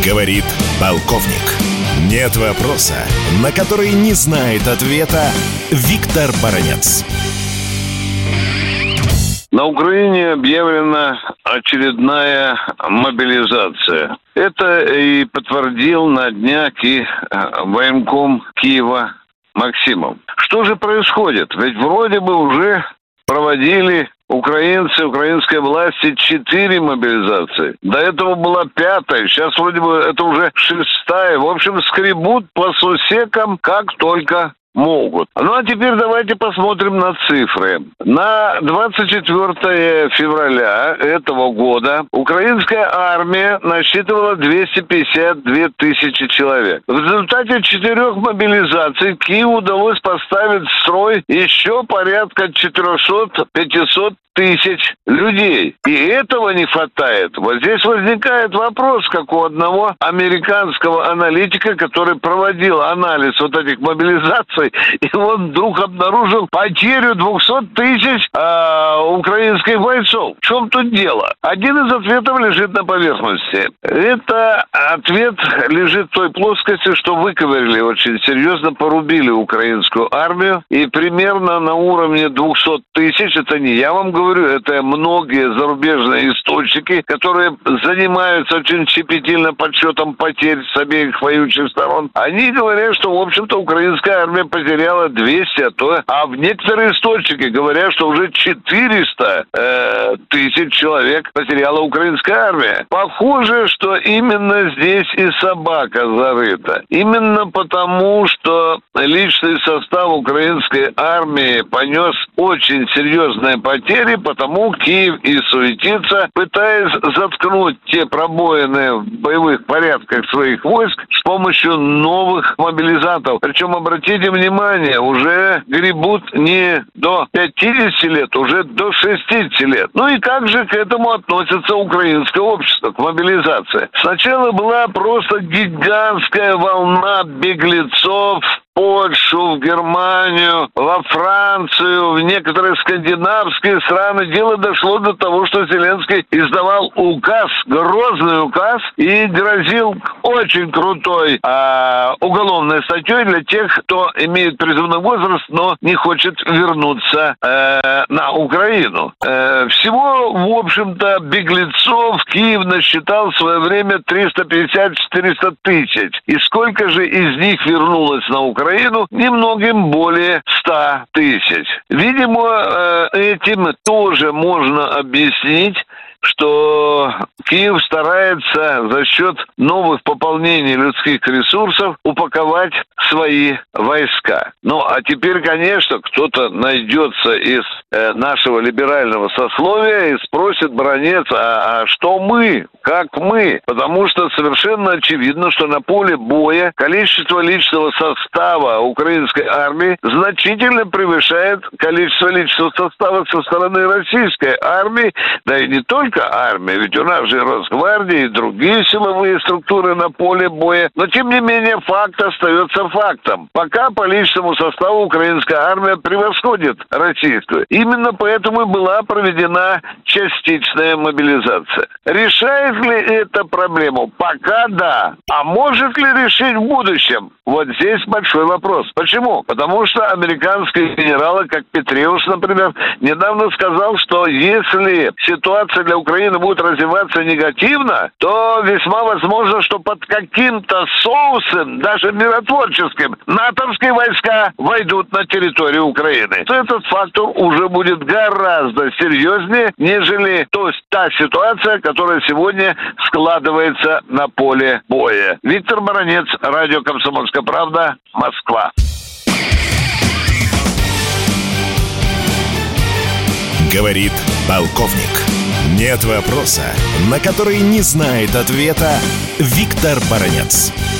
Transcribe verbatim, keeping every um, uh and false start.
Говорит полковник. Нет вопроса, на который не знает ответа Виктор Баранец. На Украине объявлена очередная мобилизация. Это и подтвердил на днях и военком Киева Максимов. Что же происходит? Ведь вроде бы уже проводили украинцы, украинской власти четыре мобилизации. До этого была пятая, сейчас вроде бы это уже шестая. В общем, скребут по сусекам как только могут. Ну а теперь давайте посмотрим на цифры. На двадцать четвёртое февраля этого года украинская армия насчитывала двести пятьдесят две тысячи человек. В результате четырех мобилизаций Киеву удалось поставить в строй еще порядка четыреста-пятьсот тысяч людей. И этого не хватает. Вот здесь возникает вопрос, как у одного американского аналитика, который проводил анализ вот этих мобилизаций, и он вдруг обнаружил потерю двухсот тысяч э, украинских бойцов. В чем тут дело? Один из ответов лежит на поверхности. Это ответ лежит в той плоскости, что выковырили очень серьезно, порубили украинскую армию, и примерно на уровне двухсот тысяч, это не я вам говорю, это многие зарубежные источники, которые занимаются очень щепетильно подсчетом потерь с обеих воюющих сторон. Они говорят, что, в общем-то, украинская армия потеряла двести, а то... А в некоторые источники говорят, что уже четыреста э, тысяч человек потеряла украинская армия. Похоже, что именно здесь и собака зарыта. Именно потому, что личный состав украинской армии понес очень серьезные потери, потому Киев и суетится, пытаясь заткнуть те пробоины в боевых порядках своих войск с помощью новых мобилизантов. Причем, обратите внимание, уже гребут не до пятидесяти лет, уже до шестидесяти лет. Ну и как же к этому относится украинское общество, к мобилизации? Сначала была просто гигантская волна беглецов в Польшу, в Германию, во Францию, в некоторые скандинавские страны. Дело дошло до того, что Зеленский издавал указ, грозный указ, и грозил очень крутой э, уголовной статьей для тех, кто имеет призывной возраст, но не хочет вернуться э, на Украину. Э, всего, в общем-то, беглецов Киев насчитал в свое время триста пятьдесят - четыреста тысяч. И сколько же из них вернулось на Украину? Немногим более ста тысяч. Видимо, этим тоже можно объяснить, что Киев старается за счет новых пополнений людских ресурсов упаковать свои войска. Ну, а теперь, конечно, кто-то найдется из э, нашего либерального сословия и спросит: Баранец, а, а что мы? Как мы? Потому что совершенно очевидно, что на поле боя количество личного состава украинской армии значительно превышает количество личного состава со стороны российской армии, да и не только армия, ведь у нас же Росгвардия и другие силовые структуры на поле боя. Но, тем не менее, факт остается фактом. Пока по личному составу украинская армия превосходит российскую. Именно поэтому и была проведена частичная мобилизация. Решает ли это проблему? Пока да. А может ли решить в будущем? Вот здесь большой вопрос. Почему? Потому что американские генералы, как Петреус, например, недавно сказал, что если ситуация для Украины будет развиваться негативно, то весьма возможно, что под каким-то соусом, даже миротворческим, натовские войска войдут на территорию Украины. Этот фактор уже будет гораздо серьезнее, нежели то есть та ситуация, которая сегодня складывается на поле боя. Виктор Баранец, радио «Комсомольская правда», Москва. Говорит полковник. Нет вопроса, на который не знает ответа Виктор Баранец.